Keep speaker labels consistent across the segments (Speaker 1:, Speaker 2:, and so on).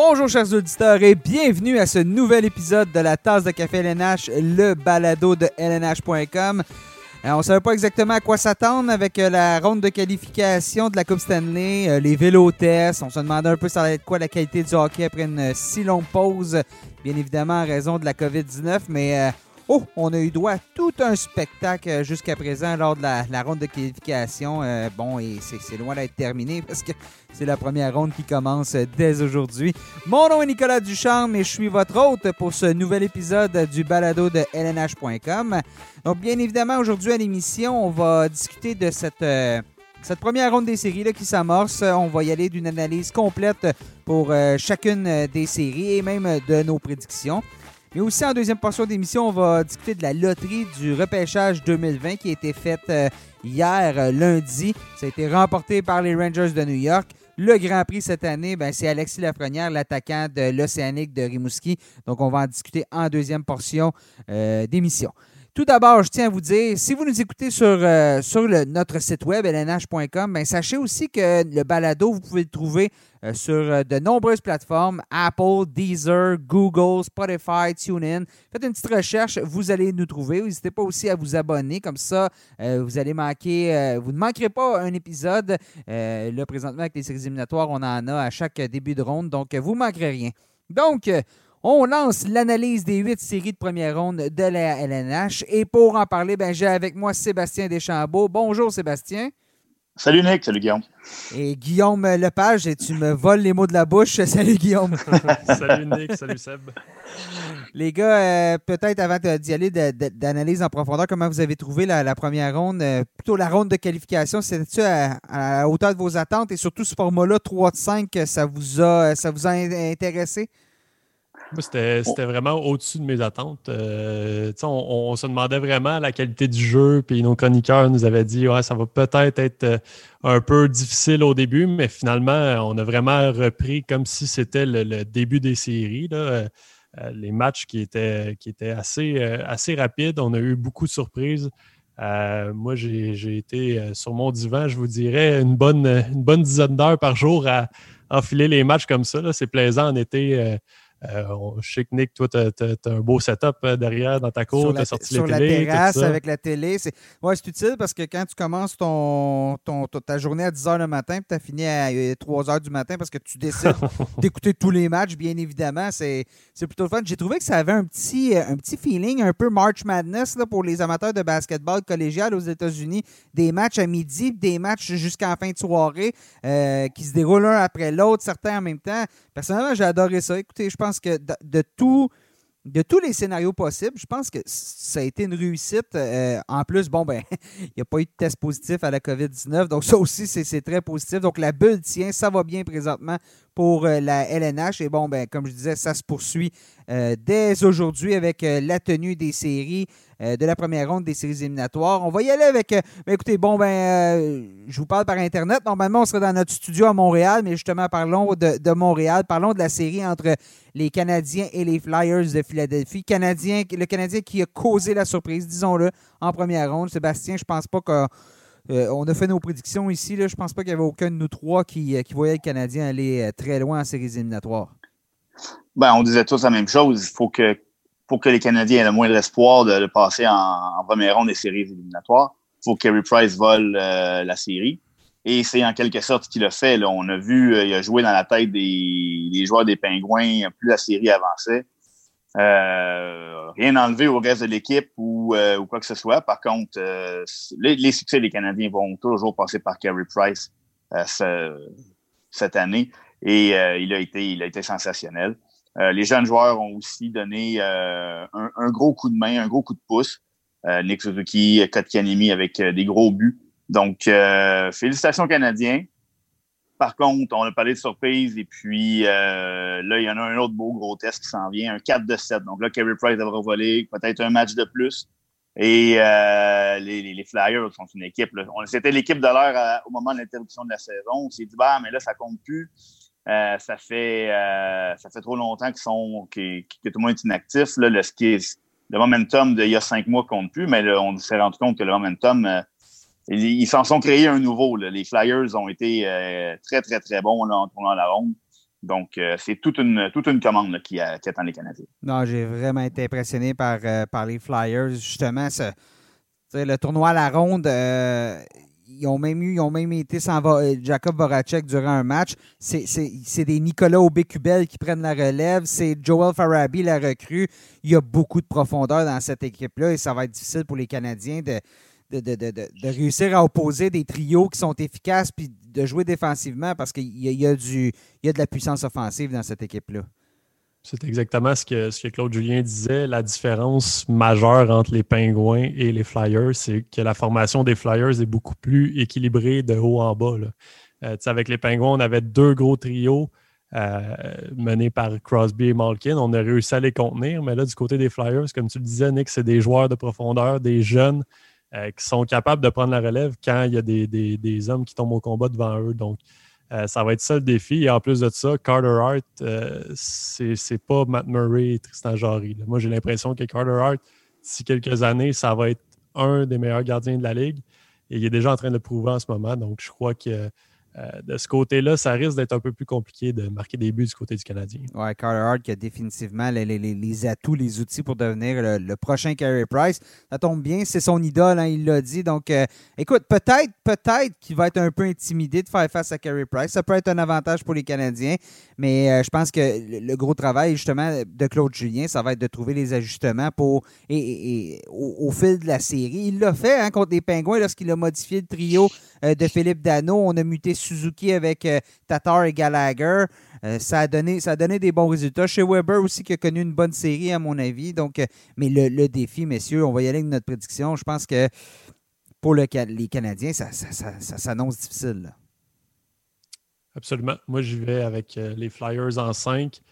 Speaker 1: Bonjour chers auditeurs et bienvenue à ce nouvel épisode de la Tasse de café LNH, le balado de LNH.com. On ne savait pas exactement à quoi s'attendre avec la ronde de qualification de la Coupe Stanley, les vélo-tests. On se demandait un peu ça allait être quoi la qualité du hockey après une si longue pause, bien évidemment en raison de la COVID-19, mais on a eu droit à tout un spectacle jusqu'à présent lors de la ronde de qualification. Et c'est loin d'être terminé parce que c'est la première ronde qui commence dès aujourd'hui. Mon nom est Nicolas Ducharme et je suis votre hôte pour ce nouvel épisode du balado de LNH.com. Donc, bien évidemment, aujourd'hui à l'émission, on va discuter de cette première ronde des séries là, qui s'amorce. On va y aller d'une analyse complète pour chacune des séries et même de nos prédictions. Mais aussi, en deuxième portion d'émission, on va discuter de la loterie du repêchage 2020 qui a été faite hier, lundi. Ça a été remporté par les Rangers de New York. Le Grand Prix cette année, c'est Alexis Lafrenière, l'attaquant de l'Océanique de Rimouski. Donc, on va en discuter en deuxième portion d'émission. Tout d'abord, je tiens à vous dire, si vous nous écoutez sur notre site web, lnh.com, sachez aussi que le balado, vous pouvez le trouver sur de nombreuses plateformes, Apple, Deezer, Google, Spotify, TuneIn. Faites une petite recherche, vous allez nous trouver. N'hésitez pas aussi à vous abonner, comme ça, vous ne manquerez pas un épisode. Là, présentement, avec les séries éliminatoires, on en a à chaque début de ronde, donc vous ne manquerez rien. Donc, on lance l'analyse des 8 séries de première ronde de la LNH. Et pour en parler, j'ai avec moi Sébastien Deschambault. Bonjour Sébastien.
Speaker 2: Salut Nick, salut Guillaume.
Speaker 1: Et Guillaume Lepage, et tu me voles les mots de la bouche. Salut Guillaume.
Speaker 3: Salut Nick, salut Seb.
Speaker 1: Les gars, peut-être avant d'y aller d'analyse en profondeur, comment vous avez trouvé la première ronde, plutôt la ronde de qualification, c'était-tu à la hauteur de vos attentes et surtout ce format-là 3-5, ça vous a intéressé?
Speaker 3: Moi, c'était vraiment au-dessus de mes attentes. On se demandait vraiment la qualité du jeu, puis nos chroniqueurs nous avaient dit ça va peut-être être un peu difficile au début, mais finalement, on a vraiment repris comme si c'était le début des séries. Là. Les matchs qui étaient assez rapides. On a eu beaucoup de surprises. Moi, j'ai été sur mon divan, je vous dirais, une bonne dizaine d'heures par jour à enfiler les matchs comme ça. Là. C'est plaisant en été. Je sais que Nick, toi, tu as un beau setup derrière dans ta cour, tu as sorti les télés.
Speaker 1: Sur la terrasse avec la télé. C'est utile parce que quand tu commences ta journée à 10 h le matin puis tu as fini à 3 h du matin parce que tu décides d'écouter tous les matchs, bien évidemment, c'est plutôt fun. J'ai trouvé que ça avait un petit feeling un peu March Madness là, pour les amateurs de basketball collégial aux États-Unis. Des matchs à midi, des matchs jusqu'en fin de soirée qui se déroulent l'un après l'autre, certains en même temps. Personnellement, j'ai adoré ça. Écoutez, je pense que de tous les scénarios possibles, je pense que ça a été une réussite. En plus, il n'y a pas eu de test positif à la COVID-19, donc ça aussi, c'est très positif. Donc, la bulle tient, ça va bien présentement pour la LNH. Et comme je disais, ça se poursuit dès aujourd'hui avec la tenue des séries de la première ronde des séries éliminatoires. On va y aller avec... je vous parle par Internet. Normalement, on serait dans notre studio à Montréal, mais justement, parlons de Montréal. Parlons de la série entre les Canadiens et les Flyers de Philadelphie. Le Canadien qui a causé la surprise, disons-le, en première ronde. Sébastien, je pense pas qu'on on a fait nos prédictions ici. Là. Je pense pas qu'il y avait aucun de nous trois qui voyait le Canadien aller très loin en séries éliminatoires.
Speaker 2: On disait tous la même chose. Il faut que les Canadiens aient le moindre espoir de passer en première ronde des séries éliminatoires. Il faut que Carey Price vole la série. Et c'est en quelque sorte ce qu'il a fait. Là. On a vu, il a joué dans la tête des joueurs des Pingouins plus la série avançait. Rien enlevé au reste de l'équipe ou quoi que ce soit. Par contre, les succès des Canadiens vont toujours passer par Carey Price cette année. Et il a été sensationnel. Les jeunes joueurs ont aussi donné un gros coup de main, un gros coup de pouce. Nick Suzuki, Kotkaniemi avec des gros buts. Donc, félicitations aux Canadiens. Par contre, on a parlé de surprise et puis là, il y en a un autre beau gros test qui s'en vient, un 4-7. Donc là, Carey Price devra voler peut-être un match de plus. Et les Flyers sont une équipe. Là. C'était l'équipe de l'heure au moment de l'interruption de la saison. On s'est dit, mais là, ça compte plus. Ça fait trop longtemps que tout le monde est inactif. Là, le momentum d'il y a 5 mois compte plus, mais là, on s'est rendu compte que le momentum, ils s'en sont créés un nouveau. Là. Les Flyers ont été très, très, très bons là, en tournant la ronde. Donc, c'est toute une commande là, qui attend les Canadiens.
Speaker 1: Non, j'ai vraiment été impressionné par les Flyers. Justement, le tournoi à la ronde, ils ont même été sans Jacob Voracek durant un match. C'est des Nicolas Aubé-Kubel qui prennent la relève. C'est Joel Farabee, la recrue. Il y a beaucoup de profondeur dans cette équipe-là et ça va être difficile pour les Canadiens de réussir à opposer des trios qui sont efficaces puis de jouer défensivement parce qu'il y a de la puissance offensive dans cette équipe-là.
Speaker 3: C'est exactement ce que Claude Julien disait. La différence majeure entre les Pingouins et les Flyers, c'est que la formation des Flyers est beaucoup plus équilibrée de haut en bas. Avec les Pingouins, on avait 2 gros trios menés par Crosby et Malkin. On a réussi à les contenir, mais là, du côté des Flyers, comme tu le disais, Nick, c'est des joueurs de profondeur, des jeunes qui sont capables de prendre la relève quand il y a des hommes qui tombent au combat devant eux. Donc, ça va être ça le défi. Et en plus de ça, Carter Hart, c'est pas Matt Murray et Tristan Jarry. Moi, j'ai l'impression que Carter Hart, d'ici quelques années, ça va être un des meilleurs gardiens de la Ligue. Et il est déjà en train de le prouver en ce moment. Donc, je crois que de ce côté-là, ça risque d'être un peu plus compliqué de marquer des buts du côté du Canadien.
Speaker 1: Oui, Carter Hart qui a définitivement les atouts, les outils pour devenir le prochain Carey Price. Ça tombe bien, c'est son idole, hein, il l'a dit. Donc, écoute, peut-être qu'il va être un peu intimidé de faire face à Carey Price. Ça peut être un avantage pour les Canadiens, mais je pense que le gros travail, justement, de Claude Julien, ça va être de trouver les ajustements au fil de la série. Il l'a fait contre les Pingouins lorsqu'il a modifié le trio de Philippe Danault. On a muté Suzuki avec Tatar et Gallagher. Ça a donné des bons résultats. Chez Weber aussi, qui a connu une bonne série, à mon avis. Donc, mais le défi, messieurs, on va y aller avec notre prédiction. Je pense que pour les Canadiens, ça s'annonce difficile. Là.
Speaker 3: Absolument. Moi, j'y vais avec les Flyers en 5.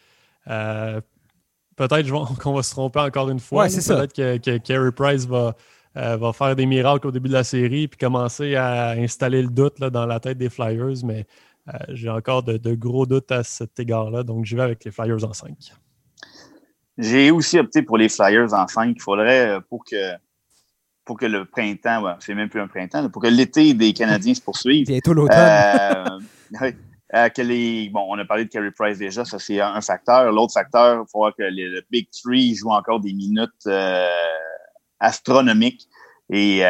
Speaker 3: Peut-être qu'on va se tromper encore une fois.
Speaker 1: Ouais, c'est
Speaker 3: peut-être que Carey Price va faire des miracles au début de la série puis commencer à installer le doute là, dans la tête des Flyers, mais j'ai encore de gros doutes à cet égard-là, donc j'y vais avec les Flyers en 5.
Speaker 2: J'ai aussi opté pour les Flyers en 5. Il faudrait, pour que le printemps, c'est même plus un printemps, pour que l'été des Canadiens se poursuive.
Speaker 1: Bientôt l'automne.
Speaker 2: On a parlé de Carey Price déjà, ça c'est un facteur. L'autre facteur, il faut voir que le Big Three joue encore des minutes astronomiques. Et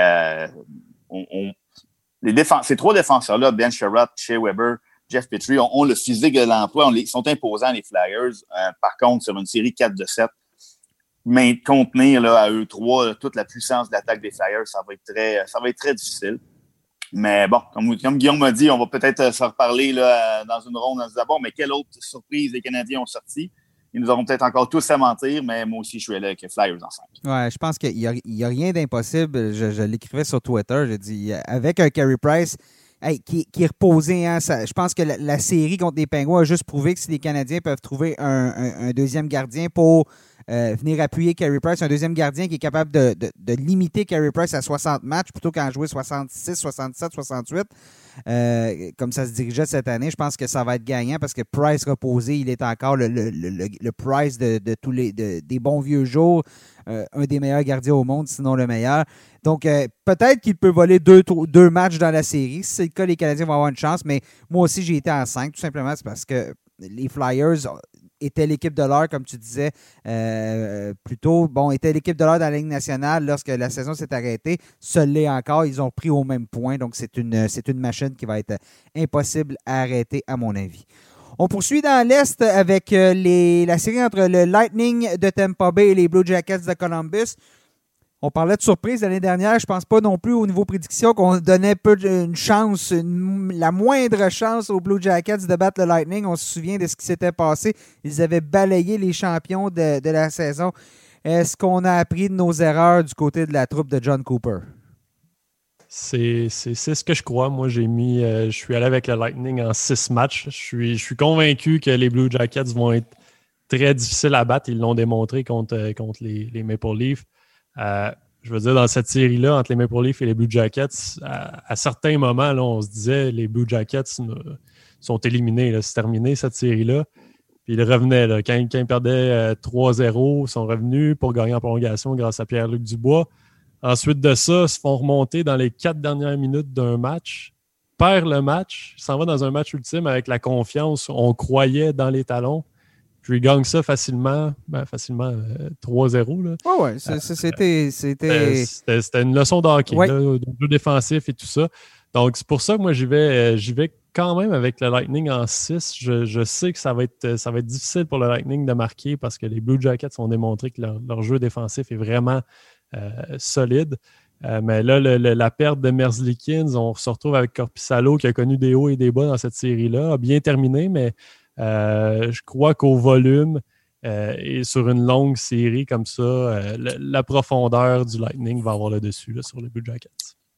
Speaker 2: ces 3 défenseurs-là, Ben Sherratt, Shea Weber, Jeff Petrie, ont le physique de l'emploi, ils sont imposants, les Flyers. Par contre, sur une série 4-7, mais contenir là, à eux 3 toute la puissance d'attaque des Flyers, ça va être très difficile. Mais bon, comme Guillaume m'a dit, on va peut-être se reparler là, dans une ronde en se disant, bon, mais quelle autre surprise les Canadiens ont sorti? Ils nous auront peut-être encore tous à mentir, mais moi aussi, je suis allé avec les Flyers en 5.
Speaker 1: Ouais, je pense qu'il n'y a rien d'impossible. Je l'écrivais sur Twitter. J'ai dit, avec un Carey Price qui est reposé, je pense que la série contre les Pingouins a juste prouvé que si les Canadiens peuvent trouver un deuxième gardien pour venir appuyer Carey Price, un deuxième gardien qui est capable de limiter Carey Price à 60 matchs plutôt qu'en jouer 66, 67, 68. Comme ça se dirigeait cette année, je pense que ça va être gagnant parce que Price reposé, il est encore le Price de tous des bons vieux jours, un des meilleurs gardiens au monde, sinon le meilleur. Donc, peut-être qu'il peut voler deux matchs dans la série. Si c'est le cas, les Canadiens vont avoir une chance, mais moi aussi, j'ai été en 5, tout simplement, c'est parce que les Flyers étaient l'équipe de l'heure, comme tu disais plus tôt. Bon, étaient l'équipe de l'heure dans la Ligue nationale lorsque la saison s'est arrêtée. Seul l'est encore. Ils ont pris au même point. Donc, c'est une machine qui va être impossible à arrêter, à mon avis. On poursuit dans l'Est avec la série entre le Lightning de Tampa Bay et les Blue Jackets de Columbus. On parlait de surprise l'année dernière. Je ne pense pas non plus au niveau prédiction qu'on donnait une chance, la moindre chance aux Blue Jackets de battre le Lightning. On se souvient de ce qui s'était passé. Ils avaient balayé les champions de la saison. Est-ce qu'on a appris de nos erreurs du côté de la troupe de John Cooper?
Speaker 3: C'est ce que je crois. Moi, je suis allé avec le Lightning en 6 matchs. Je suis convaincu que les Blue Jackets vont être très difficiles à battre. Ils l'ont démontré contre les Maple Leafs. Je veux dire, dans cette série-là, entre les Maple Leafs et les Blue Jackets, à certains moments, là, on se disait les Blue Jackets sont éliminés. Là, c'est terminé cette série-là. Puis ils revenaient. Là. Quand ils perdaient 3-0, ils sont revenus pour gagner en prolongation grâce à Pierre-Luc Dubois. Ensuite de ça, ils se font remonter dans les 4 dernières minutes d'un match. perd le match, il s'en va dans un match ultime avec la confiance, on croyait dans les talons, puis il gagne ça facilement 3-0. Là. C'était une leçon de hockey, de jeu défensif et tout ça. Donc, c'est pour ça que moi, j'y vais quand même avec le Lightning en 6. Je sais que ça va être difficile pour le Lightning de marquer parce que les Blue Jackets ont démontré que leur jeu défensif est vraiment solide. Mais là, la perte de Merzlikins, on se retrouve avec Korpisalo qui a connu des hauts et des bas dans cette série-là, a bien terminé, mais je crois qu'au volume et sur une longue série comme ça, la profondeur du Lightning va avoir le dessus là, sur les Blue Jackets.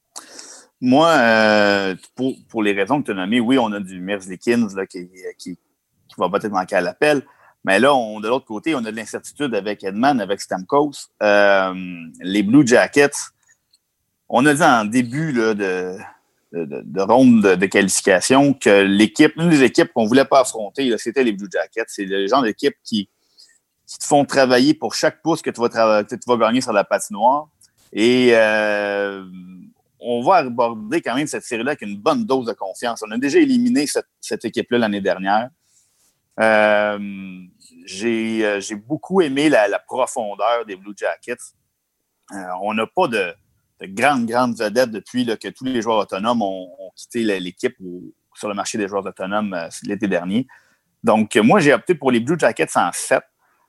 Speaker 2: Moi, pour les raisons que tu as nommées, oui, on a du Merzlikins là, qui va peut-être manquer à l'appel. Mais là, de l'autre côté, on a de l'incertitude avec Edman, avec Stamkos. Les Blue Jackets, on a dit en début là, de ronde de qualification que l'une des équipes qu'on ne voulait pas affronter, là, c'était les Blue Jackets. C'est le genre d'équipe qui te font travailler pour chaque pouce que tu vas gagner sur la patinoire. Et on va aborder quand même cette série-là avec une bonne dose de confiance. On a déjà éliminé cette équipe-là l'année dernière. J'ai beaucoup aimé la profondeur des Blue Jackets. On n'a pas de grandes vedettes depuis là, que tous les joueurs autonomes ont quitté l'équipe sur le marché des joueurs autonomes l'été dernier. Donc, moi, j'ai opté pour les Blue Jackets en 7.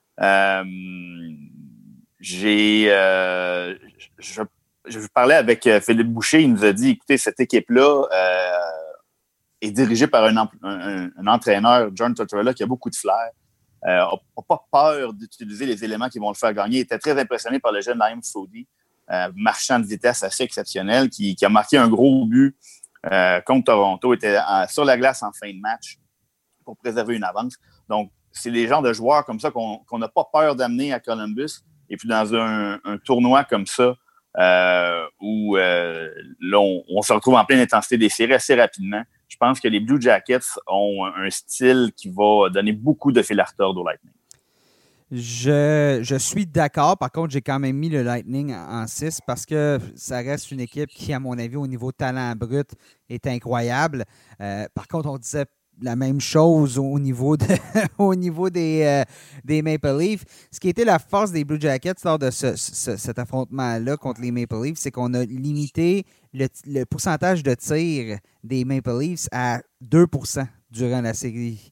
Speaker 2: Je parlais avec Philippe Boucher, il nous a dit, écoutez, cette équipe-là est dirigée par un entraîneur, John Tortorella, qui a beaucoup de flair. N'a pas peur d'utiliser les éléments qui vont le faire gagner. Il était très impressionné par le jeune Liam Foudy, marchand de vitesse assez exceptionnel, qui a marqué un gros but contre Toronto, était sur la glace en fin de match pour préserver une avance. Donc, c'est des genres de joueurs comme ça qu'on n'a pas peur d'amener à Columbus. Et puis, dans un tournoi comme ça, où là, on se retrouve en pleine intensité des séries assez rapidement. Je pense que les Blue Jackets ont un style qui va donner beaucoup de fil à retordre au Lightning.
Speaker 1: Je suis d'accord. Par contre, j'ai quand même mis le Lightning en 6 parce que ça reste une équipe qui, à mon avis, au niveau talent brut, est incroyable. Par contre, on disait la même chose au niveau des Maple Leafs. Ce qui était la force des Blue Jackets lors de cet affrontement-là contre les Maple Leafs, c'est qu'on a limité le pourcentage de tir des Maple Leafs à 2% durant la série.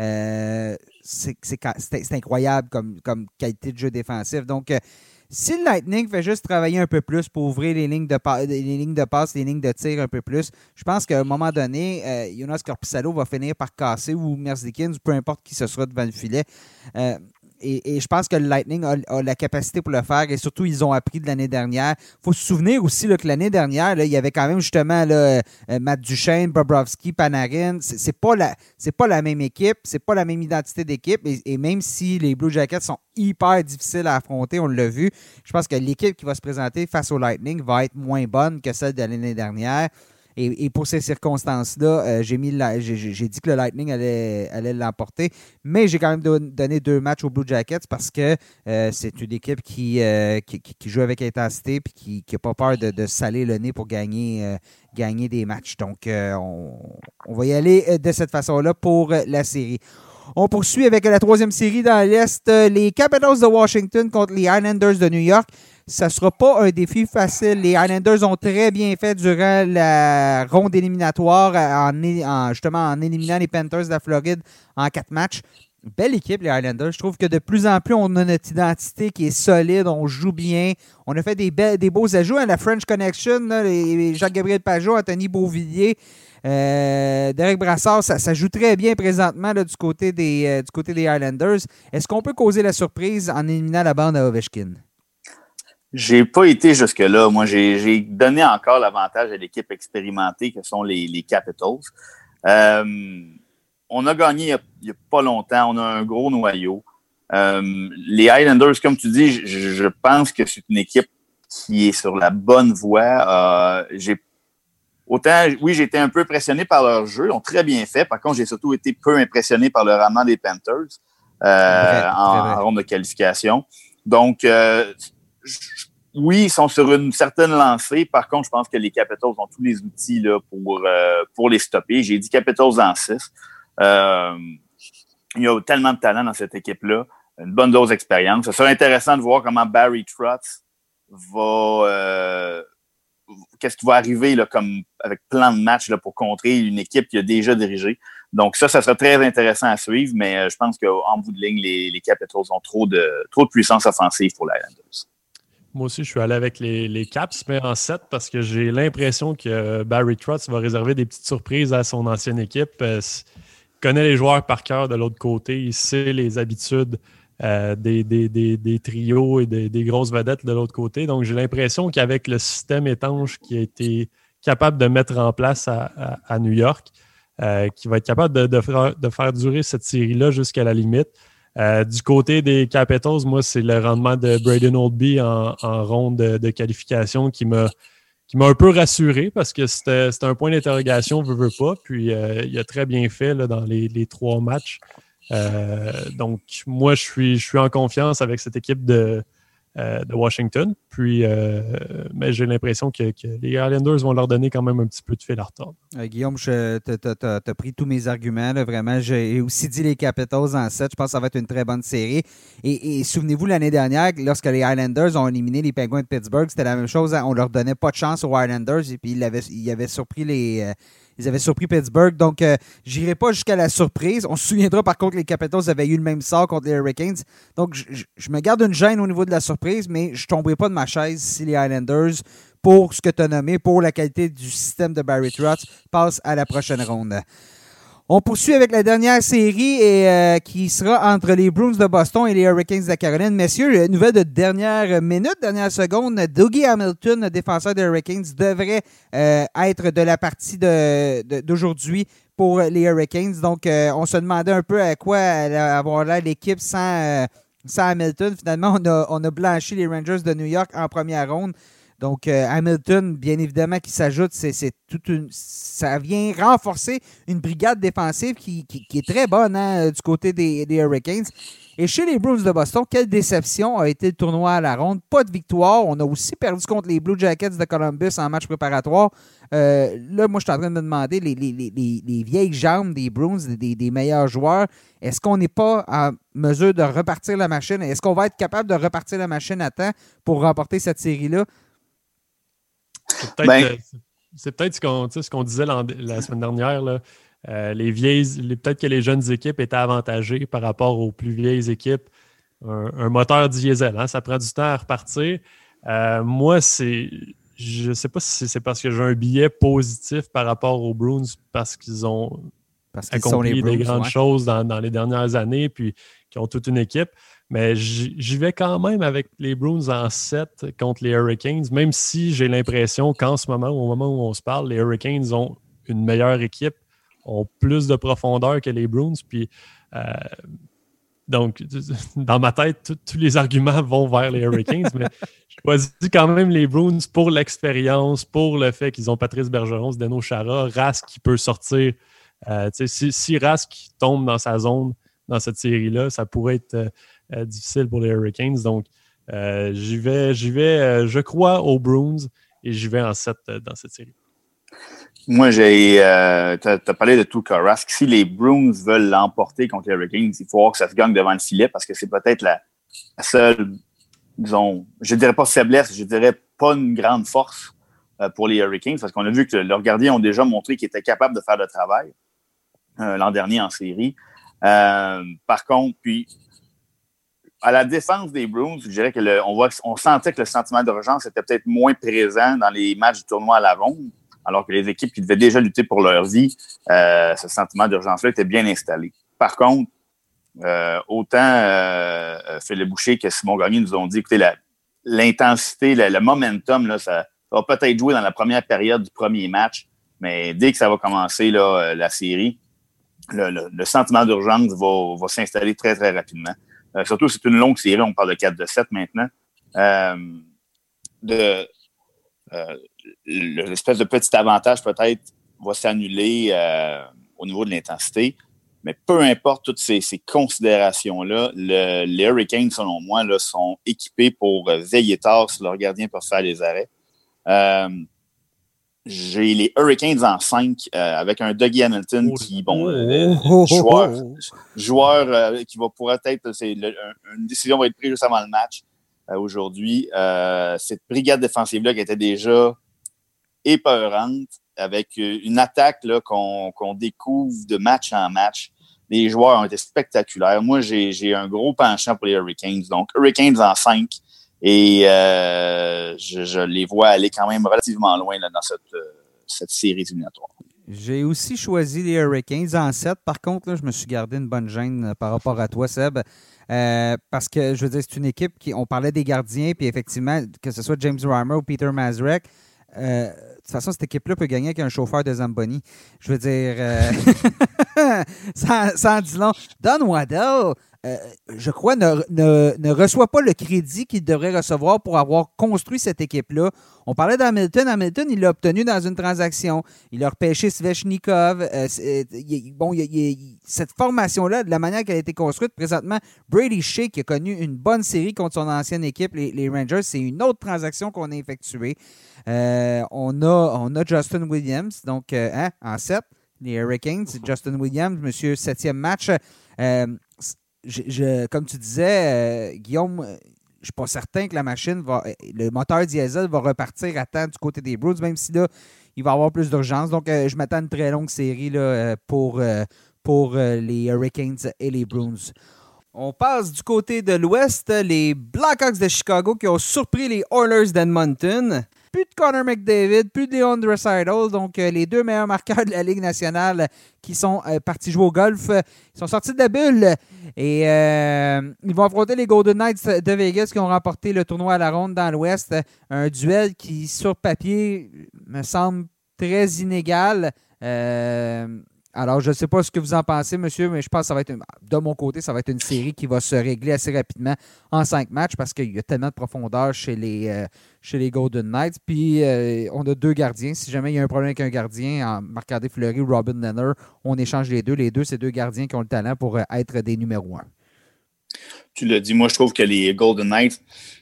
Speaker 1: C'est incroyable comme qualité de jeu défensif. Donc, si le Lightning fait juste travailler un peu plus pour ouvrir les lignes de passe, les lignes de tir un peu plus, je pense qu'à un moment donné, Jonas Korpisalo va finir par casser ou Merzlikins, peu importe qui ce sera devant le filet. Et je pense que le Lightning a la capacité pour le faire et surtout, ils ont appris de l'année dernière. Il faut se souvenir aussi là, que l'année dernière, là, il y avait quand même justement là, Matt Duchene, Bobrovsky, Panarin. C'est pas la même équipe, c'est pas la même identité d'équipe et même si les Blue Jackets sont hyper difficiles à affronter, on l'a vu, je pense que l'équipe qui va se présenter face au Lightning va être moins bonne que celle de l'année dernière. Et pour ces circonstances-là, j'ai dit que le Lightning allait l'emporter, mais j'ai quand même donné 2 matchs aux Blue Jackets parce que c'est une équipe qui joue avec intensité et qui n'a pas peur de saler le nez pour gagner des matchs. Donc, on va y aller de cette façon-là pour la série. On poursuit avec la 3e série dans l'Est. Les Capitals de Washington contre les Islanders de New York. Ça ne sera pas un défi facile. Les Islanders ont très bien fait durant la ronde éliminatoire justement en éliminant les Panthers de la Floride en 4 matchs. Belle équipe, les Islanders. Je trouve que de plus en plus, on a notre identité qui est solide. On joue bien. On a fait des beaux ajouts. La French Connection, là, Jacques-Gabriel Pageau, Anthony Beauvillier, Derek Brassard, ça joue très bien présentement là, du côté des Islanders. Est-ce qu'on peut causer la surprise en éliminant la bande à Ovechkin?
Speaker 2: J'ai pas été jusque-là. Moi, j'ai donné encore l'avantage à l'équipe expérimentée que sont les Capitals. On a gagné il n'y a pas longtemps. On a un gros noyau. Les Islanders, comme tu dis, je pense que c'est une équipe qui est sur la bonne voie. J'ai été un peu impressionné par leur jeu. Ils ont très bien fait. Par contre, j'ai surtout été peu impressionné par le rendement des Panthers en ronde de qualification. Donc, oui, ils sont sur une certaine lancée. Par contre, je pense que les Capitals ont tous les outils là, pour les stopper. J'ai dit Capitals en 6. Il y a tellement de talent dans cette équipe-là. Une bonne dose d'expérience. Ce serait intéressant de voir comment Barry Trotz qu'est-ce qui va arriver là, comme avec plein de matchs là, pour contrer une équipe qui a déjà dirigé. Donc ça serait très intéressant à suivre, mais je pense qu'en bout de ligne, les Capitals ont trop de puissance offensive pour les Islanders.
Speaker 3: Moi aussi, je suis allé avec les Caps, mais en 7 parce que j'ai l'impression que Barry Trotz va réserver des petites surprises à son ancienne équipe. Il connaît les joueurs par cœur de l'autre côté. Il sait les habitudes des trios et des grosses vedettes de l'autre côté. Donc, j'ai l'impression qu'avec le système étanche qui a été capable de mettre en place à New York, qui va être capable de faire durer cette série-là jusqu'à la limite. Du côté des Capitals, moi, c'est le rendement de Braden Holtby en ronde de qualification qui m'a un peu rassuré parce que c'était un point d'interrogation, veut pas. Puis, il a très bien fait là, dans les 3 matchs. Donc, moi, je suis en confiance avec cette équipe de Washington. Puis, mais j'ai l'impression que les Islanders vont leur donner quand même un petit peu de fil à retordre.
Speaker 1: Guillaume, tu as pris tous mes arguments. Là, vraiment, j'ai aussi dit les Capitals en 7. Je pense que ça va être une très bonne série. Et souvenez-vous, l'année dernière, lorsque les Islanders ont éliminé les Penguins de Pittsburgh, c'était la même chose. On leur donnait pas de chance aux Islanders et puis ils avaient surpris ils avaient surpris Pittsburgh, donc j'irai pas jusqu'à la surprise. On se souviendra par contre que les Capitals avaient eu le même sort contre les Hurricanes. Donc je me garde une gêne au niveau de la surprise, mais je tomberai pas de ma chaise si les Islanders, pour ce que tu as nommé, pour la qualité du système de Barry Trotz, passent à la prochaine ronde. On poursuit avec la dernière série qui sera entre les Bruins de Boston et les Hurricanes de la Caroline. Messieurs, nouvelle de dernière minute, dernière seconde, Dougie Hamilton, défenseur des Hurricanes, devrait être de la partie d'aujourd'hui pour les Hurricanes. Donc, on se demandait un peu à quoi allait avoir l'air l'équipe sans Hamilton. Finalement, on a blanchi les Rangers de New York en première ronde. Donc, Hamilton, bien évidemment, qui s'ajoute, ça vient renforcer une brigade défensive qui est très bonne du côté des Hurricanes. Et chez les Bruins de Boston, quelle déception a été le tournoi à la ronde. Pas de victoire. On a aussi perdu contre les Blue Jackets de Columbus en match préparatoire. Là, moi, je suis en train de me demander, les vieilles jambes des Bruins, des meilleurs joueurs, est-ce qu'on n'est pas en mesure de repartir la machine? Est-ce qu'on va être capable de repartir la machine à temps pour remporter cette série-là?
Speaker 3: C'est peut-être ce qu'on disait la semaine dernière. Là. Peut-être que les jeunes équipes étaient avantagées par rapport aux plus vieilles équipes. Un moteur diesel, hein, ça prend du temps à repartir. Moi, je ne sais pas si c'est parce que j'ai un billet positif par rapport aux Bruins parce qu'ils ont accompli des grandes choses dans les dernières années puis qu'ils ont toute une équipe. Mais j'y vais quand même avec les Bruins en 7 contre les Hurricanes, même si j'ai l'impression qu'en ce moment, au moment où on se parle, les Hurricanes ont une meilleure équipe, ont plus de profondeur que les Bruins. Puis, donc, dans ma tête, tous les arguments vont vers les Hurricanes, mais je choisis quand même les Bruins pour l'expérience, pour le fait qu'ils ont Patrice Bergeron, Zdeno Chara, Rask qui peut sortir. Si Rask tombe dans sa zone dans cette série-là, ça pourrait être difficile pour les Hurricanes. Donc, j'y vais, je crois aux Bruins et j'y vais en 7 dans cette série.
Speaker 2: Moi, t'as parlé de Tuukka Rask. Si les Bruins veulent l'emporter contre les Hurricanes, il faut voir que ça se gagne devant le filet parce que c'est peut-être la seule, disons, je dirais pas faiblesse, je dirais pas une grande force pour les Hurricanes parce qu'on a vu que leurs gardiens ont déjà montré qu'ils étaient capables de faire le travail l'an dernier en série. Par contre, puis à la défense des Bruins, je dirais que on sentait que le sentiment d'urgence était peut-être moins présent dans les matchs du tournoi à la ronde, alors que les équipes qui devaient déjà lutter pour leur vie, ce sentiment d'urgence-là était bien installé. Par contre, autant Philippe Boucher que Simon Gagné nous ont dit, écoutez, l'intensité, le momentum, là, ça va peut-être jouer dans la première période du premier match, mais dès que ça va commencer là, la série, le sentiment d'urgence va s'installer très, très rapidement. Surtout, c'est une longue série, on parle de 4-7 maintenant. L'espèce de petit avantage peut-être va s'annuler au niveau de l'intensité. Mais peu importe toutes ces considérations-là, les Hurricanes, selon moi, là, sont équipés pour veiller tard si leur gardien peut faire les arrêts. J'ai les Hurricanes en 5 avec un Dougie Hamilton qui, joueur qui va pouvoir être, une décision va être prise juste avant le match aujourd'hui. Cette brigade défensive-là qui était déjà épeurante, avec une attaque là, qu'on découvre de match en match. Les joueurs ont été spectaculaires. Moi, j'ai un gros penchant pour les Hurricanes. Donc, Hurricanes en 5. Et je les vois aller quand même relativement loin là, dans cette série éliminatoire.
Speaker 1: J'ai aussi choisi les Hurricanes en 7. Par contre, là, je me suis gardé une bonne gêne par rapport à toi, Seb. Parce que, je veux dire, c'est une équipe on parlait des gardiens, puis effectivement, que ce soit James Reimer ou Peter Mazurek, de toute façon, cette équipe-là peut gagner avec un chauffeur de Zamboni. Je veux dire, ça en dit long. Don Waddell, je crois, ne reçoit pas le crédit qu'il devrait recevoir pour avoir construit cette équipe-là. On parlait d'Hamilton. Hamilton, il l'a obtenu dans une transaction. Il a repêché Svechnikov. Cette formation-là, de la manière qu'elle a été construite, présentement, Brady Shea, qui a connu une bonne série contre son ancienne équipe, les Rangers, c'est une autre transaction qu'on a effectuée. On a Justin Williams, donc en 7, les Hurricanes. Justin Williams, monsieur 7e match. Comme tu disais, Guillaume, je ne suis pas certain que le moteur diesel va repartir à temps du côté des Bruins, même si là, il va y avoir plus d'urgence. Donc, je m'attends à une très longue série là, pour les Hurricanes et les Bruins. On passe du côté de l'Ouest, les Blackhawks de Chicago qui ont surpris les Oilers d'Edmonton. Plus de Connor McDavid, plus de Leon Draisaitl, donc les deux meilleurs marqueurs de la Ligue nationale qui sont partis jouer au golf. Ils sont sortis de la bulle et ils vont affronter les Golden Knights de Vegas qui ont remporté le tournoi à la ronde dans l'Ouest. Un duel qui, sur papier, me semble très inégal. Alors, je ne sais pas ce que vous en pensez, monsieur, mais je pense que ça va être, de mon côté, ça va être une série qui va se régler assez rapidement en 5 matchs parce qu'il y a tellement de profondeur chez les Golden Knights. Puis, on a 2 gardiens. Si jamais il y a un problème avec un gardien, Marc-André Fleury ou Robin Lehner, on échange les deux. Les deux, c'est 2 gardiens qui ont le talent pour être des numéros 1.
Speaker 2: Tu l'as dit, moi, je trouve que les Golden Knights,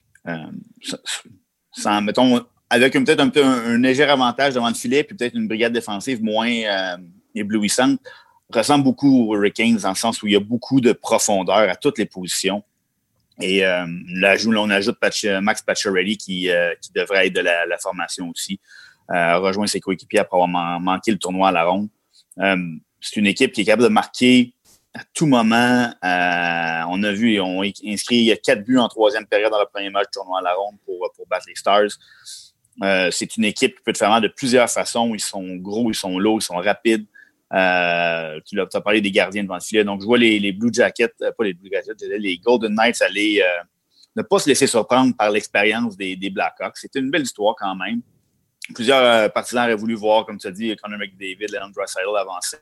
Speaker 2: mettons, avec peut-être un léger avantage devant le filet, puis peut-être une brigade défensive moins éblouissante, ressemble beaucoup aux Hurricanes dans le sens où il y a beaucoup de profondeur à toutes les positions. Et là, on ajoute Max Pacioretty qui devrait être de la formation aussi, rejoint ses coéquipiers après avoir manqué le tournoi à la ronde. C'est une équipe qui est capable de marquer à tout moment. On a vu, ils ont inscrit 4 buts en 3e période dans le premier match du tournoi à la ronde pour battre les Stars. C'est une équipe qui peut te faire mal de plusieurs façons. Ils sont gros, ils sont lourds, ils sont rapides. Tu as parlé des gardiens devant le filet. Donc, je vois les Blue Jackets, pas les Blue Jackets, les Golden Knights aller ne pas se laisser surprendre par l'expérience des Blackhawks. C'était une belle histoire quand même. Plusieurs partisans auraient voulu voir, comme tu as dit, Connor McDavid, Leon Draisaitl avancer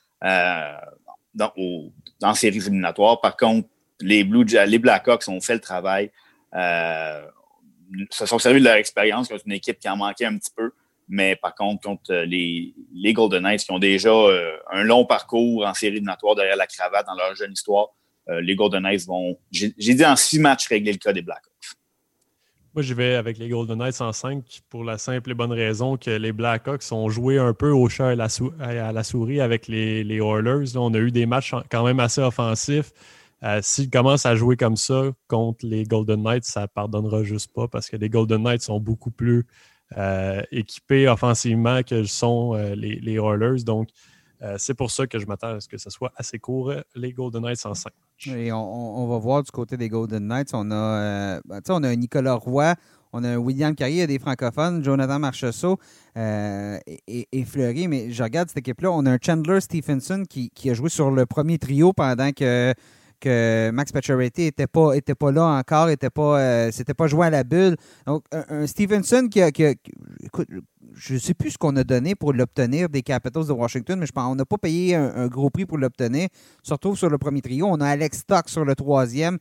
Speaker 2: dans séries éliminatoires. Par contre, les Blackhawks ont fait le travail. Se sont servis de leur expérience contre une équipe qui en manquait un petit peu. Mais par contre, contre les Golden Knights qui ont déjà un long parcours en série éliminatoire derrière la cravate dans leur jeune histoire, les Golden Knights vont, j'ai dit en 6 matchs, régler le cas des Blackhawks.
Speaker 3: Moi, j'y vais avec les Golden Knights en 5 pour la simple et bonne raison que les Blackhawks ont joué un peu au chat et à la souris avec les Oilers. Là, on a eu des matchs quand même assez offensifs. S'ils commencent à jouer comme ça contre les Golden Knights, ça ne pardonnera juste pas parce que les Golden Knights sont beaucoup plus équipés offensivement que sont les Oilers. Donc, c'est pour ça que je m'attends à ce que ce soit assez court, les Golden Knights en 5.
Speaker 1: Et on va voir du côté des Golden Knights. On a un Nicolas Roy, on a un William Carrier, il y a des francophones, Jonathan Marchessault et Fleury. Mais je regarde cette équipe-là. On a un Chandler Stephenson qui a joué sur le premier trio pendant que Max Pacioretty n'était pas là encore, s'était pas joué à la bulle. Donc, un Stephenson qui écoute, je ne sais plus ce qu'on a donné pour l'obtenir des Capitals de Washington, mais je pense qu'on n'a pas payé un gros prix pour l'obtenir, surtout sur le premier trio. On a Alex Stock sur le 3e.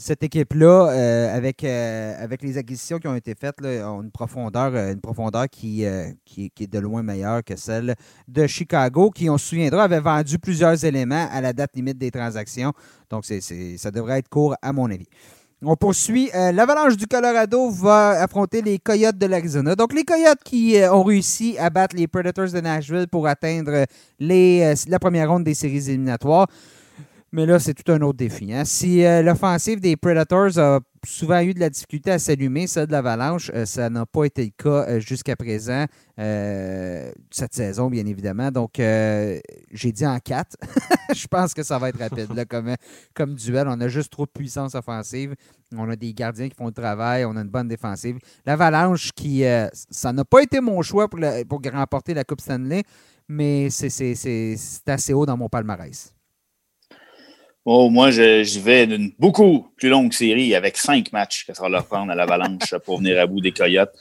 Speaker 1: cette équipe-là, avec les acquisitions qui ont été faites, là, a une profondeur qui est de loin meilleure que celle de Chicago, qui, on se souviendra, avait vendu plusieurs éléments à la date limite des transactions. Donc, ça devrait être court, à mon avis. On poursuit. L'Avalanche du Colorado va affronter les Coyotes de l'Arizona. Donc, les Coyotes qui ont réussi à battre les Predators de Nashville pour atteindre la première ronde des séries éliminatoires. Mais là, c'est tout un autre défi. Hein? Si l'offensive des Predators a souvent eu de la difficulté à s'allumer, celle de l'Avalanche, ça n'a pas été le cas jusqu'à présent, cette saison, bien évidemment. Donc, j'ai dit en 4. Je pense que ça va être rapide là, comme duel. On a juste trop de puissance offensive. On a des gardiens qui font le travail. On a une bonne défensive. L'Avalanche, ça n'a pas été mon choix pour remporter la Coupe Stanley, mais c'est assez haut dans mon palmarès.
Speaker 2: Oh, moi, j'y vais d'une beaucoup plus longue série avec 5 matchs que ça va leur prendre à l'Avalanche pour venir à bout des Coyotes.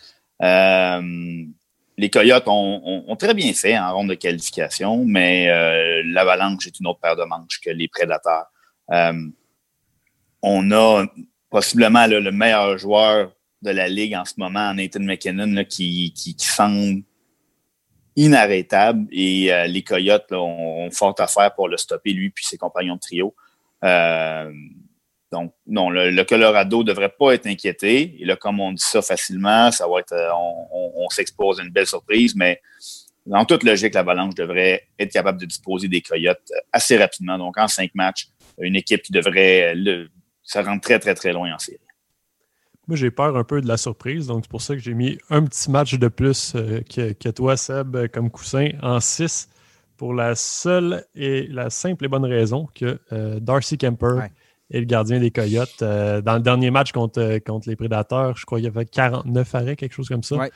Speaker 2: Les Coyotes ont très bien fait en ronde de qualification, mais l'Avalanche est une autre paire de manches que les Prédateurs. On a possiblement là, le meilleur joueur de la Ligue en ce moment, Nathan MacKinnon, là, qui semble inarrêtable, et les Coyotes là, ont fort à faire pour le stopper, lui puis ses compagnons de trio. Donc, non, le Colorado ne devrait pas être inquiété. Et là, comme on dit ça facilement, ça va être, on s'expose à une belle surprise, mais dans toute logique, l'Avalanche devrait être capable de disposer des Coyotes assez rapidement. Donc, en 5 matchs, une équipe qui devrait se rendre très, très, très loin en série.
Speaker 3: Moi, j'ai peur un peu de la surprise, donc c'est pour ça que j'ai mis un petit match de plus que toi, Seb, comme coussin, en 6, pour la seule et la simple et bonne raison que Darcy Kuemper est le gardien des Coyotes. Dans le dernier match contre les Prédateurs, je crois qu'il y avait 49 arrêts, quelque chose comme ça.
Speaker 1: Ouais.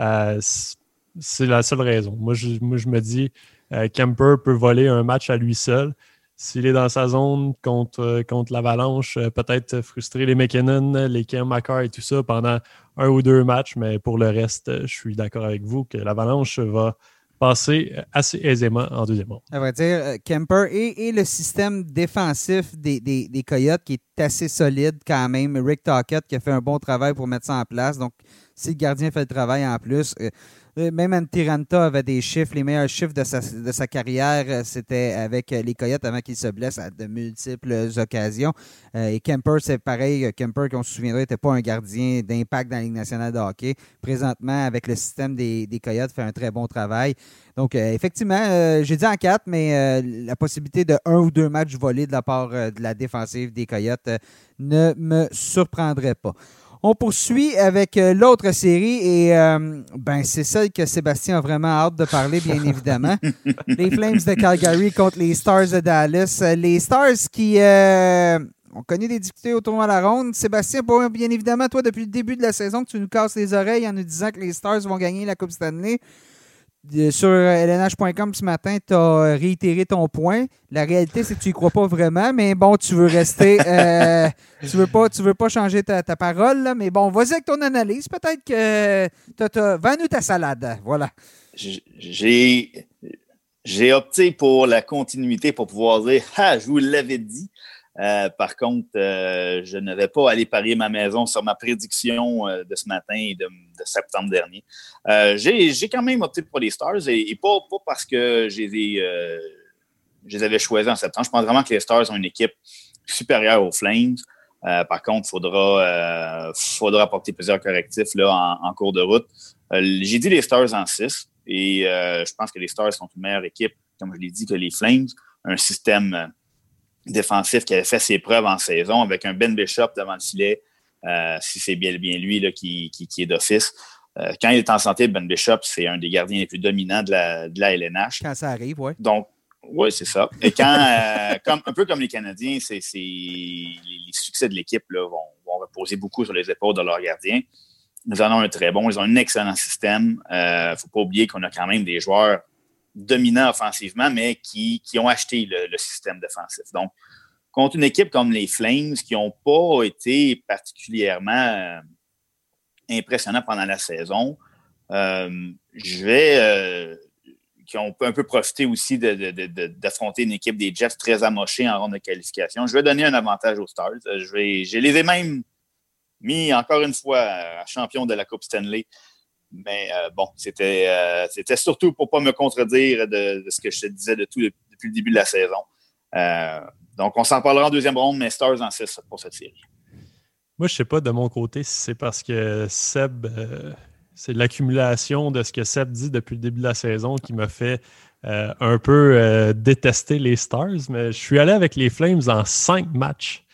Speaker 3: C'est la seule raison. Moi, je me dis, Kuemper peut voler un match à lui seul. S'il est dans sa zone contre l'Avalanche, peut-être frustrer les MacKinnon, les Cam Makar et tout ça pendant 1 ou 2 matchs, mais pour le reste, je suis d'accord avec vous que l'Avalanche va passer assez aisément en deuxième ronde.
Speaker 1: À vrai dire, Kuemper et le système défensif des Coyotes qui est assez solide quand même. Rick Tocchet qui a fait un bon travail pour mettre ça en place. Donc, si le gardien fait le travail en plus, même Antti Raanta avait des chiffres, les meilleurs chiffres de sa carrière, c'était avec les Coyotes avant qu'il se blesse à de multiples occasions. Et Kuemper, c'est pareil. Kuemper, qu'on se souviendra, n'était pas un gardien d'impact dans la Ligue nationale de hockey. Présentement, avec le système des Coyotes, fait un très bon travail. Donc, effectivement, j'ai dit en 4, mais la possibilité de 1 ou 2 matchs volés de la part de la défensive des Coyotes ne me surprendrait pas. On poursuit avec l'autre série et c'est celle que Sébastien a vraiment hâte de parler, bien évidemment. Les Flames de Calgary contre les Stars de Dallas. Les Stars qui ont connu des difficultés au tournoi à la ronde. Sébastien, bien évidemment, toi, depuis le début de la saison, tu nous casses les oreilles en nous disant que les Stars vont gagner la Coupe Stanley. Sur LNH.com ce matin, tu as réitéré ton point. La réalité, c'est que tu y crois pas vraiment, mais bon, tu veux rester. Tu veux pas changer ta parole, là, mais bon, vas-y avec ton analyse. Peut-être que vends-nous ta salade. Voilà.
Speaker 2: J'ai opté pour la continuité pour pouvoir dire je vous l'avais dit. Par contre, je ne vais pas aller parier ma maison sur ma prédiction de ce matin et de septembre dernier. J'ai quand même opté pour les Stars et pas parce que je les avais choisis en septembre. Je pense vraiment que les Stars ont une équipe supérieure aux Flames. Par contre, il faudra apporter plusieurs correctifs là, en cours de route. J'ai dit les Stars en 6 et je pense que les Stars sont une meilleure équipe, comme je l'ai dit, que les Flames. Un système défensif qui avait fait ses preuves en saison avec un Ben Bishop devant le filet, si c'est bien lui là, qui est d'office. Quand il est en santé, Ben Bishop, c'est un des gardiens les plus dominants de la LNH.
Speaker 1: Quand ça arrive, oui.
Speaker 2: Donc, oui, c'est ça. Et quand, un peu comme les Canadiens, les succès de l'équipe là, vont reposer beaucoup sur les épaules de leurs gardiens. Ils en ont un très bon, ils ont un excellent système. Faut pas oublier qu'on a quand même des joueurs dominants offensivement, mais qui ont acheté le système défensif. Donc, contre une équipe comme les Flames, qui n'ont pas été particulièrement impressionnants pendant la saison, je qui ont un peu profité aussi d'affronter une équipe des Jets très amochée en ronde de qualification. Je vais donner un avantage aux Stars. Je les ai même mis encore une fois champion de la Coupe Stanley. Mais c'était surtout pour ne pas me contredire de ce que je te disais depuis le début de la saison. Donc, on s'en parlera en deuxième ronde, mais Stars en 6 pour cette série.
Speaker 3: Moi, je ne sais pas de mon côté si c'est parce que Seb, c'est l'accumulation de ce que Seb dit depuis le début de la saison qui m'a fait un peu détester les Stars, mais je suis allé avec les Flames en 5 matchs.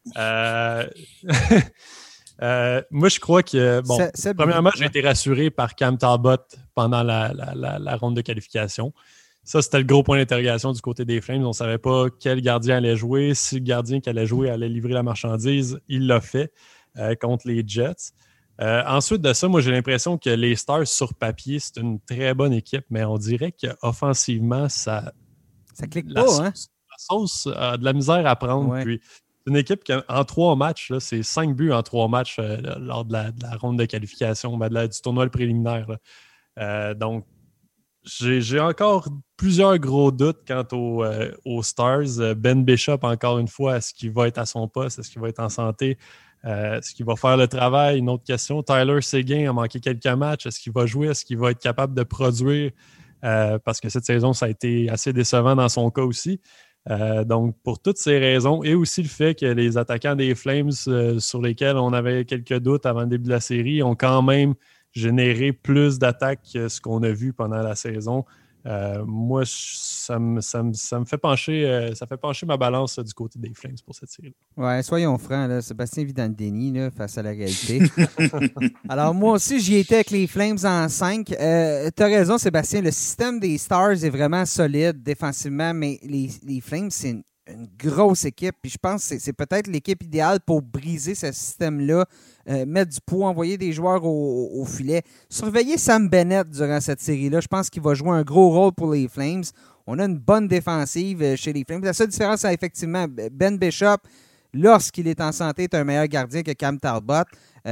Speaker 3: Moi, je crois que, premièrement, j'ai été rassuré par Cam Talbot pendant la ronde de qualification. Ça, c'était le gros point d'interrogation du côté des Flames. On ne savait pas quel gardien allait jouer. Si le gardien qui allait jouer allait livrer la marchandise, il l'a fait contre les Jets. Ensuite de ça, moi, j'ai l'impression que les Stars, sur papier, c'est une très bonne équipe, mais on dirait qu'offensivement, ça
Speaker 1: clique pas, hein?
Speaker 3: La sauce a de la misère à prendre.
Speaker 1: Ouais.
Speaker 3: Puis, c'est une équipe qui, en 3 matchs, là, c'est 5 buts en 3 matchs lors de la ronde de qualification, du tournoi préliminaire. Donc, j'ai encore plusieurs gros doutes quant aux Stars. Ben Bishop, encore une fois, est-ce qu'il va être à son poste? Est-ce qu'il va être en santé? Est-ce qu'il va faire le travail? Une autre question. Tyler Seguin a manqué quelques matchs. Est-ce qu'il va jouer? Est-ce qu'il va être capable de produire? Parce que cette saison, ça a été assez décevant dans son cas aussi. Donc, pour toutes ces raisons, et aussi le fait que les attaquants des Flames, sur lesquels on avait quelques doutes avant le début de la série, ont quand même généré plus d'attaques que ce qu'on a vu pendant la saison. Moi, ça me fait pencher, ça fait pencher ma balance du côté des Flames pour cette série.
Speaker 1: Ouais, soyons francs, là, Sébastien vit dans le déni là, face à la réalité. Alors, moi aussi, j'y étais avec les Flames en 5. Tu as raison, Sébastien, le système des Stars est vraiment solide défensivement, mais les Flames, c'est une grosse équipe. Puis je pense que c'est peut-être l'équipe idéale pour briser ce système-là, mettre du poids, envoyer des joueurs au filet. Surveiller Sam Bennett durant cette série-là. Je pense qu'il va jouer un gros rôle pour les Flames. On a une bonne défensive chez les Flames. La seule différence, c'est effectivement Ben Bishop, lorsqu'il est en santé, est un meilleur gardien que Cam Talbot.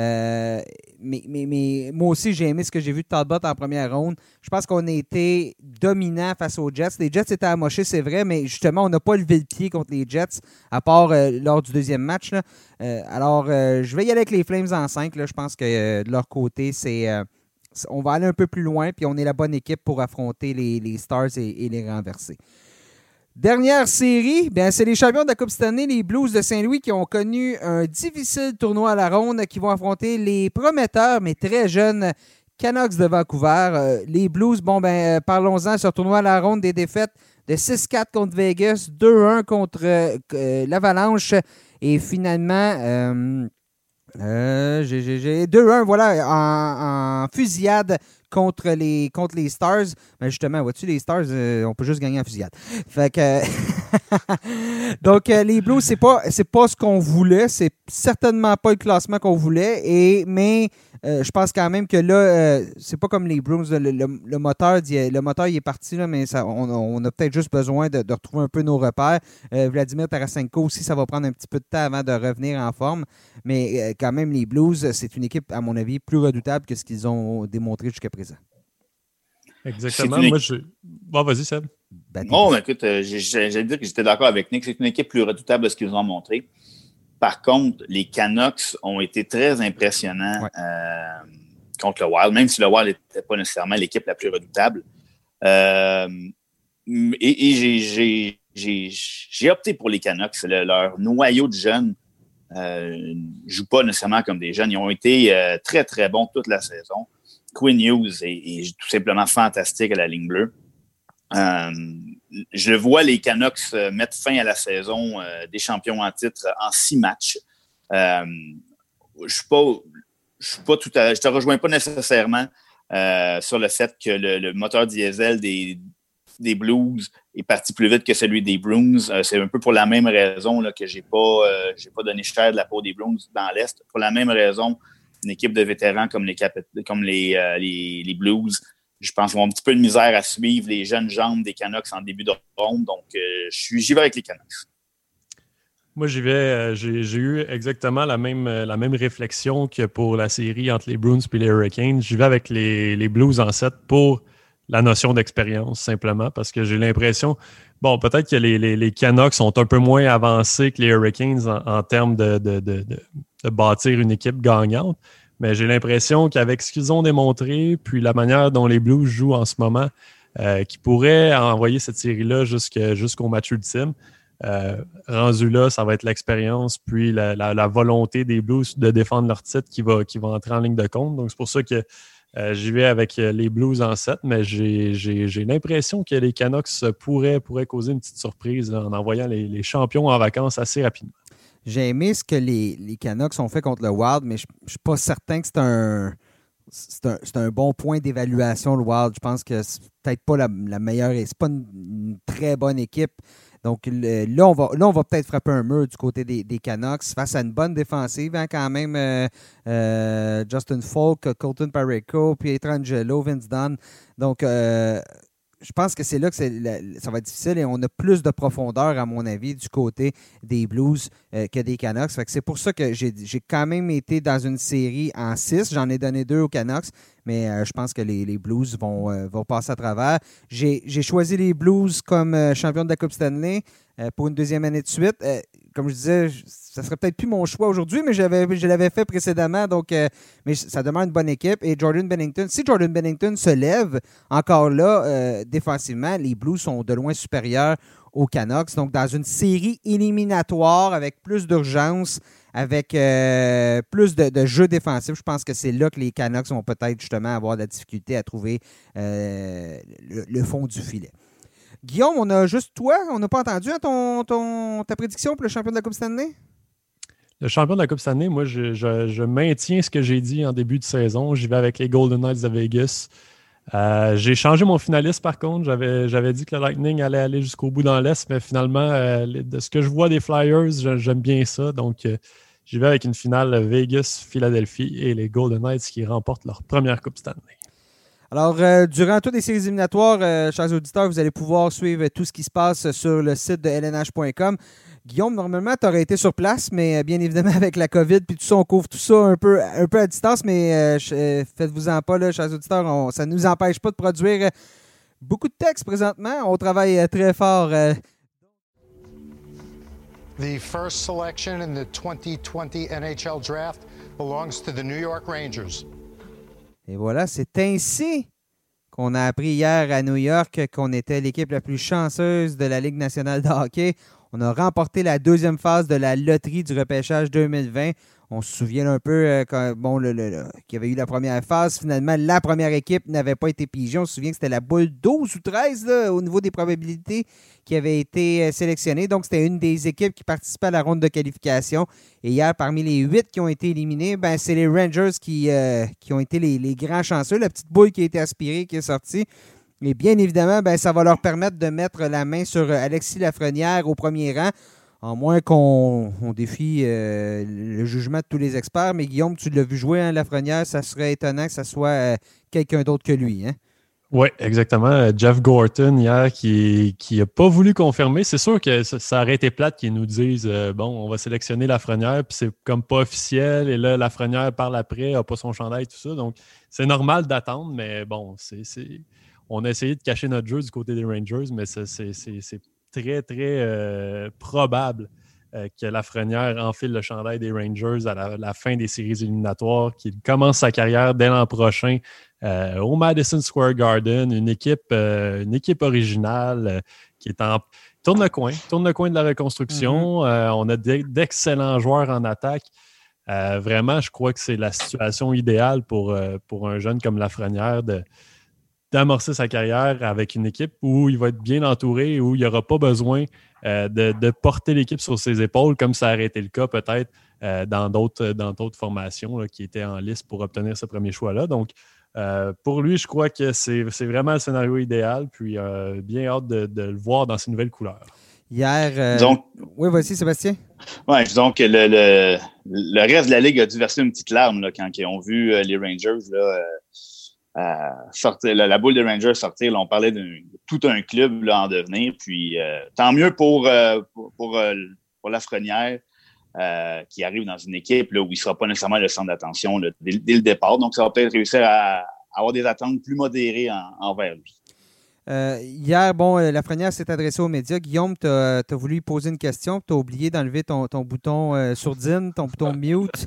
Speaker 1: Mais moi aussi, j'ai aimé ce que j'ai vu de Talbot en première ronde. Je pense qu'on a été dominant face aux Jets. Les Jets étaient amochés, c'est vrai, mais justement, on n'a pas levé le pied contre les Jets, à part lors du deuxième match. Là. Alors, je vais y aller avec les Flames en 5. Là. Je pense que de leur côté, on va aller un peu plus loin, puis on est la bonne équipe pour affronter les Stars et les renverser. Dernière série, c'est les champions de la Coupe Stanley, les Blues de Saint-Louis, qui ont connu un difficile tournoi à la ronde, qui vont affronter les prometteurs, mais très jeunes Canucks de Vancouver. Les Blues, parlons-en sur tournoi à la ronde, des défaites de 6-4 contre Vegas, 2-1 contre l'Avalanche, et finalement... j'ai 2-1, voilà, en fusillade contre les Stars. Mais justement, vois-tu, les Stars, on peut juste gagner en fusillade. Fait que donc, les Blues, c'est pas ce qu'on voulait. C'est certainement pas le classement qu'on voulait. Mais je pense quand même que là, c'est pas comme les Bruins. Le moteur, il est parti, là, mais on a peut-être juste besoin de retrouver un peu nos repères. Vladimir Tarasenko aussi, ça va prendre un petit peu de temps avant de revenir en forme. Mais quand même, les Blues, c'est une équipe, à mon avis, plus redoutable que ce qu'ils ont démontré jusqu'à présent.
Speaker 3: Exactement. Moi, vas-y, Seb.
Speaker 2: Écoute, j'allais dire que j'étais d'accord avec Nick. C'est une équipe plus redoutable de ce qu'ils ont montré. Par contre, les Canucks ont été très impressionnants contre le Wild, même si le Wild n'était pas nécessairement l'équipe la plus redoutable. Et j'ai opté pour les Canucks. Leur noyau de jeunes ne joue pas nécessairement comme des jeunes. Ils ont été très, très bons toute la saison. Quinn Hughes est tout simplement fantastique à la ligne bleue. Je vois les Canucks mettre fin à la saison des champions en titre en 6 matchs. Je te rejoins pas nécessairement sur le fait que le moteur diesel des Blues est parti plus vite que celui des Bruins. C'est un peu pour la même raison là, que j'ai pas donné cher de la peau des Bruins dans l'Est. Pour la même raison, une équipe de vétérans comme les Blues, je pense qu'ils ont un petit peu de misère à suivre les jeunes jambes des Canucks en début de ronde. Donc, j'y vais avec les Canucks.
Speaker 3: Moi, j'y vais. J'ai eu exactement la même réflexion que pour la série entre les Bruins et les Hurricanes. J'y vais avec les Blues en 7 pour la notion d'expérience, simplement, parce que j'ai l'impression, bon, peut-être que les Canucks sont un peu moins avancés que les Hurricanes en termes de bâtir une équipe gagnante, mais j'ai l'impression qu'avec ce qu'ils ont démontré, puis la manière dont les Blues jouent en ce moment, qu'ils pourraient envoyer cette série-là jusqu'au match ultime. Rendu là, ça va être l'expérience, puis la volonté des Blues de défendre leur titre qui va entrer en ligne de compte. Donc, c'est pour ça que j'y vais avec les Blues en 7, mais j'ai l'impression que les Canucks pourraient causer une petite surprise là, en envoyant les champions en vacances assez rapidement.
Speaker 1: J'ai aimé ce que les Canucks ont fait contre le Wild, mais je ne suis pas certain que c'est un bon point d'évaluation, le Wild. Je pense que c'est peut-être pas la meilleure, c'est pas une très bonne équipe. Donc là, on va peut-être frapper un mur du côté des Canucks face à une bonne défensive, hein, quand même. Justin Falk, Colton Parayko, Pietrangelo, Vince Dunn. Donc, je pense que c'est là que ça va être difficile et on a plus de profondeur, à mon avis, du côté des Blues que des Canucks. Fait que c'est pour ça que j'ai quand même été dans une série en 6. J'en ai donné 2 aux Canucks, mais je pense que les Blues vont passer à travers. J'ai choisi les Blues comme champion de la Coupe Stanley pour une deuxième année de suite. Comme je disais, ça serait peut-être plus mon choix aujourd'hui, mais je l'avais fait précédemment. Donc, mais ça demeure une bonne équipe. Et Jordan Binnington, si Jordan Binnington se lève encore là, défensivement, les Blues sont de loin supérieurs aux Canucks. Donc, dans une série éliminatoire avec plus d'urgence, avec plus de jeux défensifs, je pense que c'est là que les Canucks vont peut-être justement avoir de la difficulté à trouver le fond du filet. Guillaume, on a juste toi, on n'a pas entendu hein, ta prédiction pour le champion de la Coupe Stanley?
Speaker 3: Le champion de la Coupe Stanley, moi, je maintiens ce que j'ai dit en début de saison. J'y vais avec les Golden Knights de Vegas. J'ai changé mon finaliste, par contre. J'avais dit que le Lightning allait aller jusqu'au bout dans l'Est, mais finalement, de ce que je vois des Flyers, j'aime bien ça. Donc, j'y vais avec une finale Vegas-Philadelphie et les Golden Knights qui remportent leur première Coupe Stanley.
Speaker 1: Alors, durant toutes les séries éliminatoires, chers auditeurs, vous allez pouvoir suivre tout ce qui se passe sur le site de LNH.com. Guillaume, normalement, tu aurais été sur place, mais bien évidemment, avec la COVID, puis tout ça, on couvre tout ça un peu à distance, mais faites-vous-en pas, là, chers auditeurs, ça ne nous empêche pas de produire beaucoup de textes présentement. On travaille très fort.
Speaker 4: The first selection in the 2020 NHL Draft belongs to the New York Rangers.
Speaker 1: Et voilà, c'est ainsi qu'on a appris hier à New York qu'on était l'équipe la plus chanceuse de la Ligue nationale de hockey. On a remporté la deuxième phase de la loterie du repêchage 2020. On se souvient un peu qu'il y avait eu la première phase. Finalement, la première équipe n'avait pas été pigée. On se souvient que c'était la boule 12 ou 13 là, au niveau des probabilités qui avait été sélectionnée. Donc, c'était une des équipes qui participait à la ronde de qualification. Et hier, parmi les 8 qui ont été éliminés, c'est les Rangers qui ont été les grands chanceux. La petite boule qui a été aspirée, qui est sortie. Et bien évidemment, ça va leur permettre de mettre la main sur Alexis Lafrenière au premier rang. En moins qu'on défie le jugement de tous les experts. Mais Guillaume, tu l'as vu jouer, hein, Lafrenière. Ça serait étonnant que ça soit quelqu'un d'autre que lui. Hein?
Speaker 3: Oui, exactement. Jeff Gorton, hier, qui n'a pas voulu confirmer. C'est sûr que ça aurait été plate qu'ils nous disent on va sélectionner Lafrenière, puis c'est comme pas officiel. Et là, Lafrenière parle après, n'a pas son chandail, tout ça. Donc, c'est normal d'attendre, mais bon, on a essayé de cacher notre jeu du côté des Rangers, mais c'est très, très probable que Lafrenière enfile le chandail des Rangers à la fin des séries éliminatoires, qu'il commence sa carrière dès l'an prochain au Madison Square Garden, une équipe originale qui est en tourne le coin de la reconstruction. On a d'excellents joueurs en attaque. Vraiment, je crois que c'est la situation idéale pour un jeune comme Lafrenière d'amorcer sa carrière avec une équipe où il va être bien entouré, où il n'y aura pas besoin de porter l'équipe sur ses épaules, comme ça aurait été le cas peut-être dans d'autres formations là, qui étaient en liste pour obtenir ce premier choix-là. Donc, pour lui, je crois que c'est vraiment le scénario idéal, puis bien hâte de le voir dans ses nouvelles couleurs.
Speaker 1: Hier, oui, vas-y, Sébastien.
Speaker 2: Oui, disons que le reste de la Ligue a dû verser une petite larme là, quand ils ont vu les Rangers là, sortir, la boule des Rangers sortir. Là, on parlait de tout un club là, en devenir. Puis tant mieux pour Lafrenière qui arrive dans une équipe là, où il ne sera pas nécessairement le centre d'attention là, dès le départ. Donc, ça va peut-être réussir à avoir des attentes plus modérées envers lui.
Speaker 1: Hier, Lafrenière s'est adressé aux médias. Guillaume, tu as voulu lui poser une question, tu as oublié d'enlever ton bouton sourdine, ton bouton mute.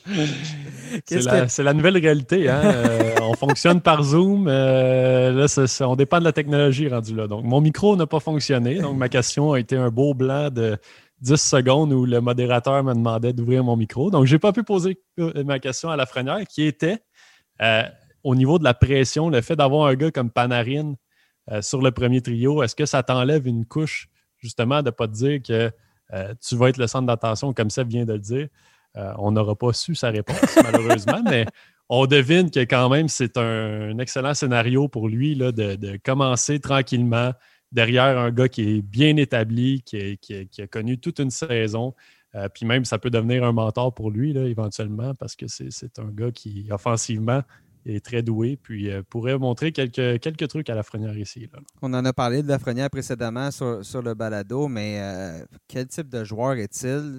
Speaker 3: C'est la nouvelle réalité. Hein? On fonctionne par Zoom. Là, on dépend de la technologie rendue là. Donc, mon micro n'a pas fonctionné. Donc, ma question a été un beau blanc de 10 secondes où le modérateur me demandait d'ouvrir mon micro. Donc, je n'ai pas pu poser ma question à Lafrenière qui était au niveau de la pression, le fait d'avoir un gars comme Panarin sur le premier trio, est-ce que ça t'enlève une couche, justement, de ne pas te dire que tu vas être le centre d'attention, comme Seb vient de le dire? On n'aura pas su sa réponse, malheureusement, mais on devine que quand même, c'est un excellent scénario pour lui là, de commencer tranquillement derrière un gars qui est bien établi, qui a connu toute une saison. Puis même, ça peut devenir un mentor pour lui, là, éventuellement, parce que c'est un gars qui, offensivement, est très doué, puis pourrait montrer quelques trucs à Lafrenière ici. Là.
Speaker 1: On en a parlé de Lafrenière précédemment sur le balado, mais quel type de joueur est-il?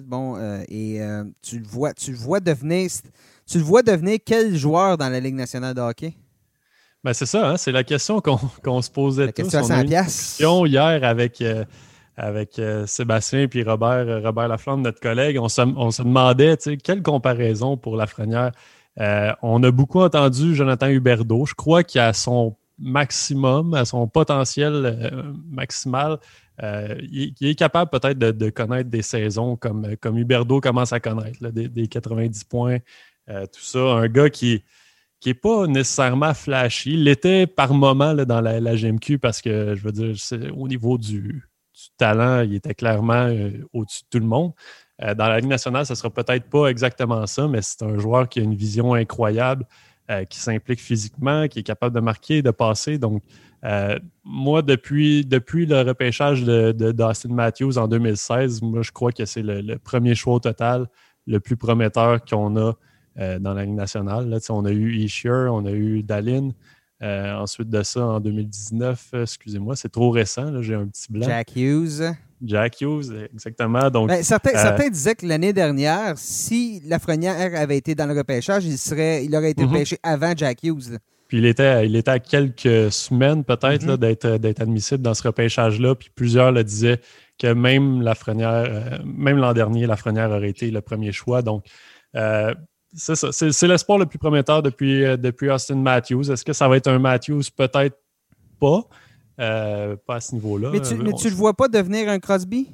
Speaker 1: Tu le vois devenir quel joueur dans la Ligue nationale de hockey?
Speaker 3: Ben c'est ça, hein? C'est la question qu'on se posait
Speaker 1: la
Speaker 3: tous.
Speaker 1: Question
Speaker 3: on a eu une discussion hier avec Sébastien et Robert Laflamme, notre collègue. On se demandait quelle comparaison pour Lafrenière. On a beaucoup entendu Jonathan Huberdeau. Je crois qu'à son maximum, à son potentiel maximal, il est capable peut-être de connaître des saisons comme Huberdeau commence à connaître, là, des 90 points, tout ça. Un gars qui n'est pas nécessairement flashy. Il l'était par moment là, dans la GMQ parce que, je veux dire, au niveau du talent, il était clairement au-dessus de tout le monde. Dans la Ligue nationale, ce ne sera peut-être pas exactement ça, mais c'est un joueur qui a une vision incroyable, qui s'implique physiquement, qui est capable de marquer, de passer. Donc, moi, depuis le repêchage d'Austin Matthews en 2016, moi, je crois que c'est le premier choix au total, le plus prometteur qu'on a dans la Ligue nationale. Là, on a eu Ishier, on a eu Dahlin. Ensuite de ça, en 2019, excusez-moi, c'est trop récent, là, j'ai un petit blanc. Jack Hughes, exactement. Donc,
Speaker 1: certains disaient que l'année dernière, si Lafrenière avait été dans le repêchage, il aurait été repêché avant Jack Hughes.
Speaker 3: Puis il était à quelques semaines peut-être là, d'être admissible dans ce repêchage-là. Puis plusieurs le disaient que même Lafrenière, même l'an dernier, Lafrenière aurait été le premier choix. Donc, c'est ça. C'est l'espoir le plus prometteur depuis Austin Matthews. Est-ce que ça va être un Matthews? Peut-être pas. Pas à ce niveau-là.
Speaker 1: Mais tu le vois pas devenir un Crosby?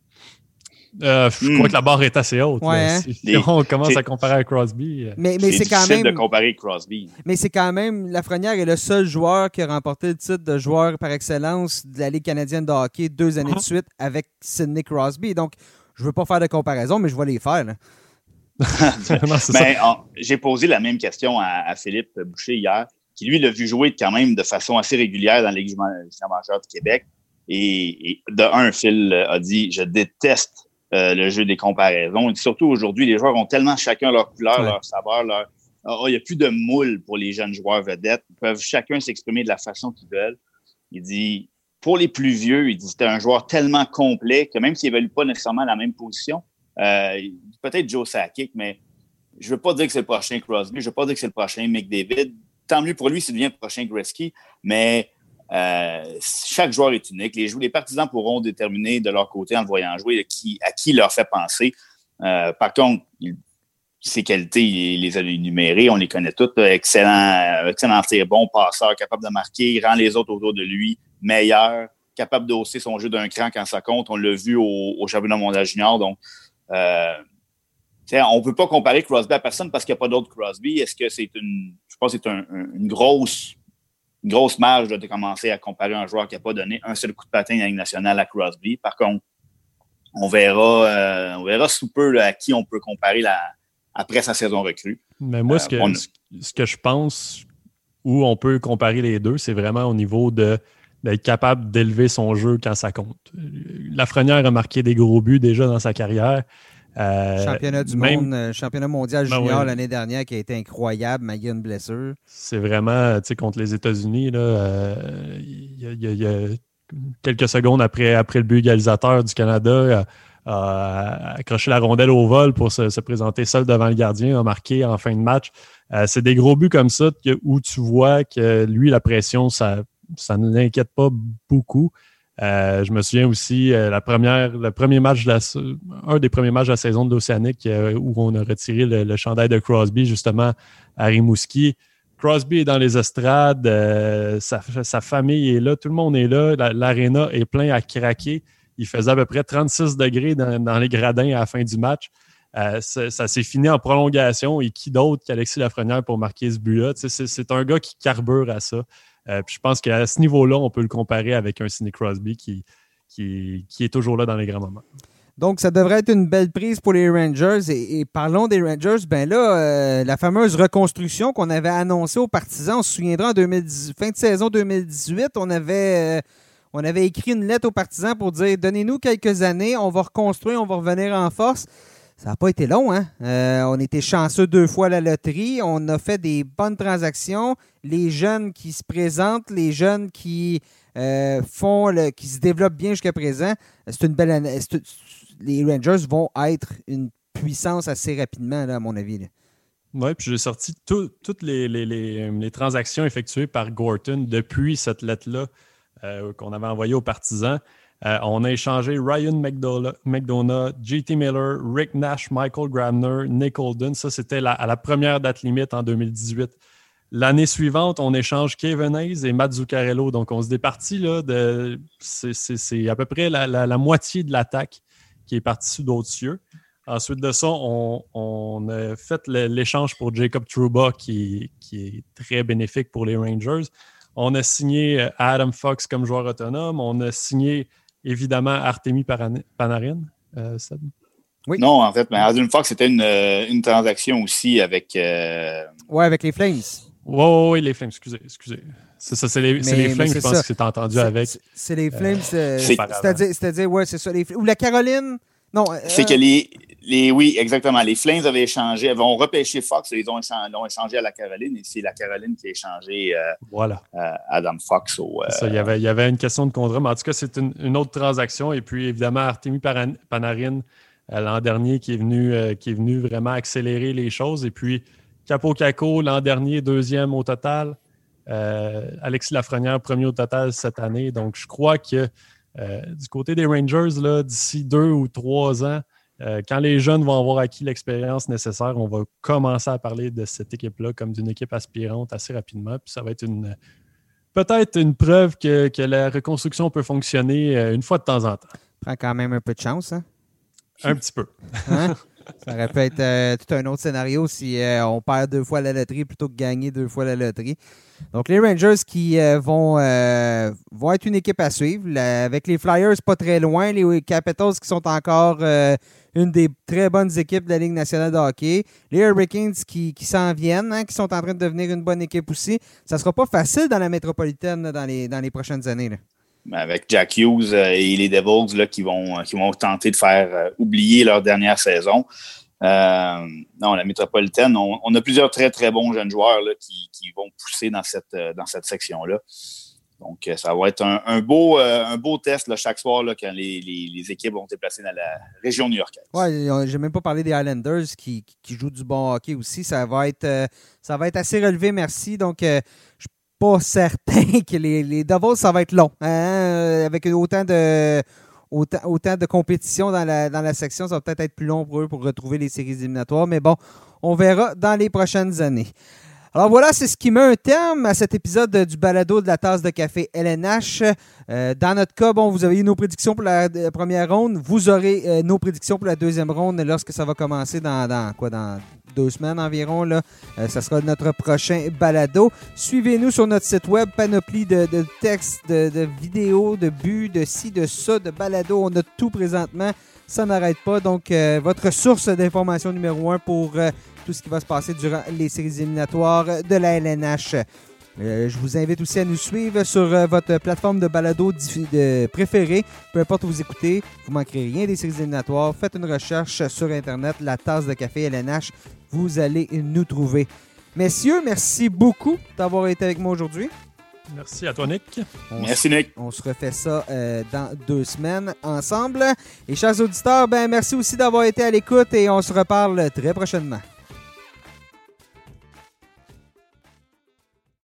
Speaker 3: Je crois que la barre est assez haute.
Speaker 1: Ouais,
Speaker 3: si on commence à comparer à Crosby.
Speaker 1: Mais c'est quand même
Speaker 2: difficile de comparer Crosby.
Speaker 1: Mais c'est quand même, Lafrenière est le seul joueur qui a remporté le titre de joueur par excellence de la Ligue canadienne de hockey 2 années de suite avec Sidney Crosby. Donc, je veux pas faire de comparaison, mais je vais les faire. Là.
Speaker 2: J'ai posé la même question à Philippe Boucher hier, qui lui l'a vu jouer quand même de façon assez régulière dans la Ligue majeure du Québec. Et Phil a dit « Je déteste le jeu des comparaisons. » Surtout aujourd'hui, les joueurs ont tellement chacun leur couleur, leur saveur, il n'y a plus de moule pour les jeunes joueurs vedettes. Ils peuvent chacun s'exprimer de la façon qu'ils veulent. Il dit « Pour les plus vieux, il dit c'était un joueur tellement complet que même s'il n'évalue pas nécessairement la même position, peut-être Joe Sakic, mais je ne veux pas dire que c'est le prochain Crosby, je ne veux pas dire que c'est le prochain McDavid. Tant mieux pour lui s'il devient le prochain Gretzky, mais chaque joueur est unique. Les partisans pourront déterminer de leur côté en le voyant jouer à qui il leur fait penser. Par contre, ses qualités, il les a énumérées, on les connaît toutes. Excellent tir, bon passeur, capable de marquer, il rend les autres autour de lui meilleurs, capable de hausser son jeu d'un cran quand ça compte. On l'a vu au championnat mondial junior. Donc, on ne peut pas comparer Crosby à personne parce qu'il n'y a pas d'autre Crosby. Est-ce que c'est je pense que c'est une grosse marge de commencer à comparer un joueur qui n'a pas donné un seul coup de patin dans la Ligue nationale à Crosby. Par contre, on verra sous peu là, à qui on peut comparer après sa saison recrue.
Speaker 3: Mais moi, ce que je pense où on peut comparer les deux, c'est vraiment au niveau d'être capable d'élever son jeu quand ça compte. Lafrenière a marqué des gros buts déjà dans sa carrière.
Speaker 1: Championnat du monde, championnat mondial junior l'année dernière qui a été incroyable malgré une blessure.
Speaker 3: C'est vraiment, tu sais, contre les États-Unis, il y a quelques secondes après le but égalisateur du Canada, accroché la rondelle au vol pour se présenter seul devant le gardien, a marqué en fin de match. C'est des gros buts comme ça où tu vois que lui, la pression, ça ne l'inquiète pas beaucoup. Je me souviens aussi un des premiers matchs de la saison de l'Océanique où on a retiré le chandail de Crosby justement à Rimouski. Crosby est dans les estrades, sa famille est là, tout le monde est là, l'aréna est plein à craquer. Il faisait à peu près 36 degrés dans les gradins à la fin du match. Ça s'est fini en prolongation et qui d'autre qu'Alexis Lafrenière pour marquer ce but-là? C'est un gars qui carbure à ça. Puis je pense qu'à ce niveau-là, on peut le comparer avec un Sidney Crosby qui est toujours là dans les grands moments.
Speaker 1: Donc, ça devrait être une belle prise pour les Rangers. Et parlons des Rangers. Ben là, la fameuse reconstruction qu'on avait annoncée aux partisans, on se souviendra en fin de saison 2018, on avait écrit une lettre aux partisans pour dire « Donnez-nous quelques années, on va reconstruire, on va revenir en force ». Ça n'a pas été long, hein? On était chanceux 2 fois à la loterie. On a fait des bonnes transactions. Les jeunes qui se présentent, les jeunes qui qui se développent bien jusqu'à présent, c'est une belle année. Les Rangers vont être une puissance assez rapidement, là, à mon avis.
Speaker 3: Oui, puis j'ai sorti toutes les transactions effectuées par Gorton depuis cette lettre-là qu'on avait envoyée aux partisans. On a échangé Ryan McDonough, JT Miller, Rick Nash, Michael Grabner, Nick Holden. Ça, c'était à la première date limite en 2018. L'année suivante, on échange Kevin Hayes et Matt Zuccarello. Donc, on se départit là, c'est à peu près la moitié de l'attaque qui est partie sous d'autres cieux. Ensuite de ça, on a fait l'échange pour Jacob Trouba qui est très bénéfique pour les Rangers. On a signé Adam Fox comme joueur autonome. On a signé évidemment Artemi Panarin. Seb?
Speaker 2: Oui. Non, en fait, mais Adam Fox, c'était une transaction aussi avec...
Speaker 1: Oui, avec les Flames.
Speaker 3: Oui, les Flames, excusez. C'est les Flames, je pense que c'est entendu avec.
Speaker 1: C'est les Flames, c'est-à-dire, ouais, c'est ça. Ou la Caroline. Non.
Speaker 2: C'est que oui, exactement. Les Flames avaient échangé, ont repêché Fox, ils l'ont échangé à la Caroline, et c'est la Caroline qui a échangé Adam Fox
Speaker 3: il y avait une question de contrat, mais en tout cas, c'est une autre transaction. Et puis, évidemment, Artemi Panarin, l'an dernier, qui est venu vraiment accélérer les choses. Et puis, Capo Caco, l'an dernier, 2e au total. Alexis Lafrenière, 1er au total cette année. Donc, je crois que du côté des Rangers, là, d'ici 2 ou 3 ans, quand les jeunes vont avoir acquis l'expérience nécessaire, on va commencer à parler de cette équipe-là comme d'une équipe aspirante assez rapidement. Puis ça va être peut-être une preuve que la reconstruction peut fonctionner une fois de temps en temps.
Speaker 1: Prends quand même un peu de chance, hein?
Speaker 3: Un petit peu.
Speaker 1: Hein? Ça aurait pu être tout un autre scénario si on perd 2 fois la loterie plutôt que gagner 2 fois la loterie. Donc, les Rangers qui vont être une équipe à suivre. Avec les Flyers, pas très loin. Les Capitals qui sont encore une des très bonnes équipes de la Ligue nationale de hockey. Les Hurricanes qui s'en viennent, hein, qui sont en train de devenir une bonne équipe aussi. Ça ne sera pas facile dans la métropolitaine là, dans les prochaines années. Là.
Speaker 2: Avec Jack Hughes et les Devils là, qui vont tenter de faire oublier leur dernière saison. Non, la métropolitaine, on a plusieurs très, très bons jeunes joueurs là, qui vont pousser dans cette section-là. Donc, ça va être un beau test là, chaque soir là, quand les équipes vont se déplacer dans la région new-yorkaise.
Speaker 1: Oui, j'ai même pas parlé des Islanders qui jouent du bon hockey aussi. Ça va être assez relevé, merci. Donc, je suis pas certain que les Devils, ça va être long. Hein? Avec autant de compétition dans la section, ça va peut-être être plus long pour eux pour retrouver les séries éliminatoires. Mais bon, on verra dans les prochaines années. Alors voilà, c'est ce qui met un terme à cet épisode du balado de la tasse de café LNH. Dans notre cas, vous avez eu nos prédictions pour la première ronde. Vous aurez nos prédictions pour la deuxième ronde lorsque ça va commencer dans 2 semaines environ. Là. Ça sera notre prochain balado. Suivez-nous sur notre site web, panoplie de textes, de vidéos, de buts, de ci, de ça, de balado. On a tout présentement. Ça n'arrête pas. Donc, votre source d'information numéro 1 pour tout ce qui va se passer durant les séries éliminatoires de la LNH. Je vous invite aussi à nous suivre sur votre plateforme de balado préférée. Peu importe où vous écoutez, vous ne manquerez rien des séries éliminatoires. Faites une recherche sur Internet, la tasse de café LNH. Vous allez nous trouver. Messieurs, merci beaucoup d'avoir été avec moi aujourd'hui.
Speaker 3: Merci à toi, Nick.
Speaker 2: Merci, Nick.
Speaker 1: On se refait ça dans 2 semaines ensemble. Et chers auditeurs, merci aussi d'avoir été à l'écoute et on se reparle très prochainement.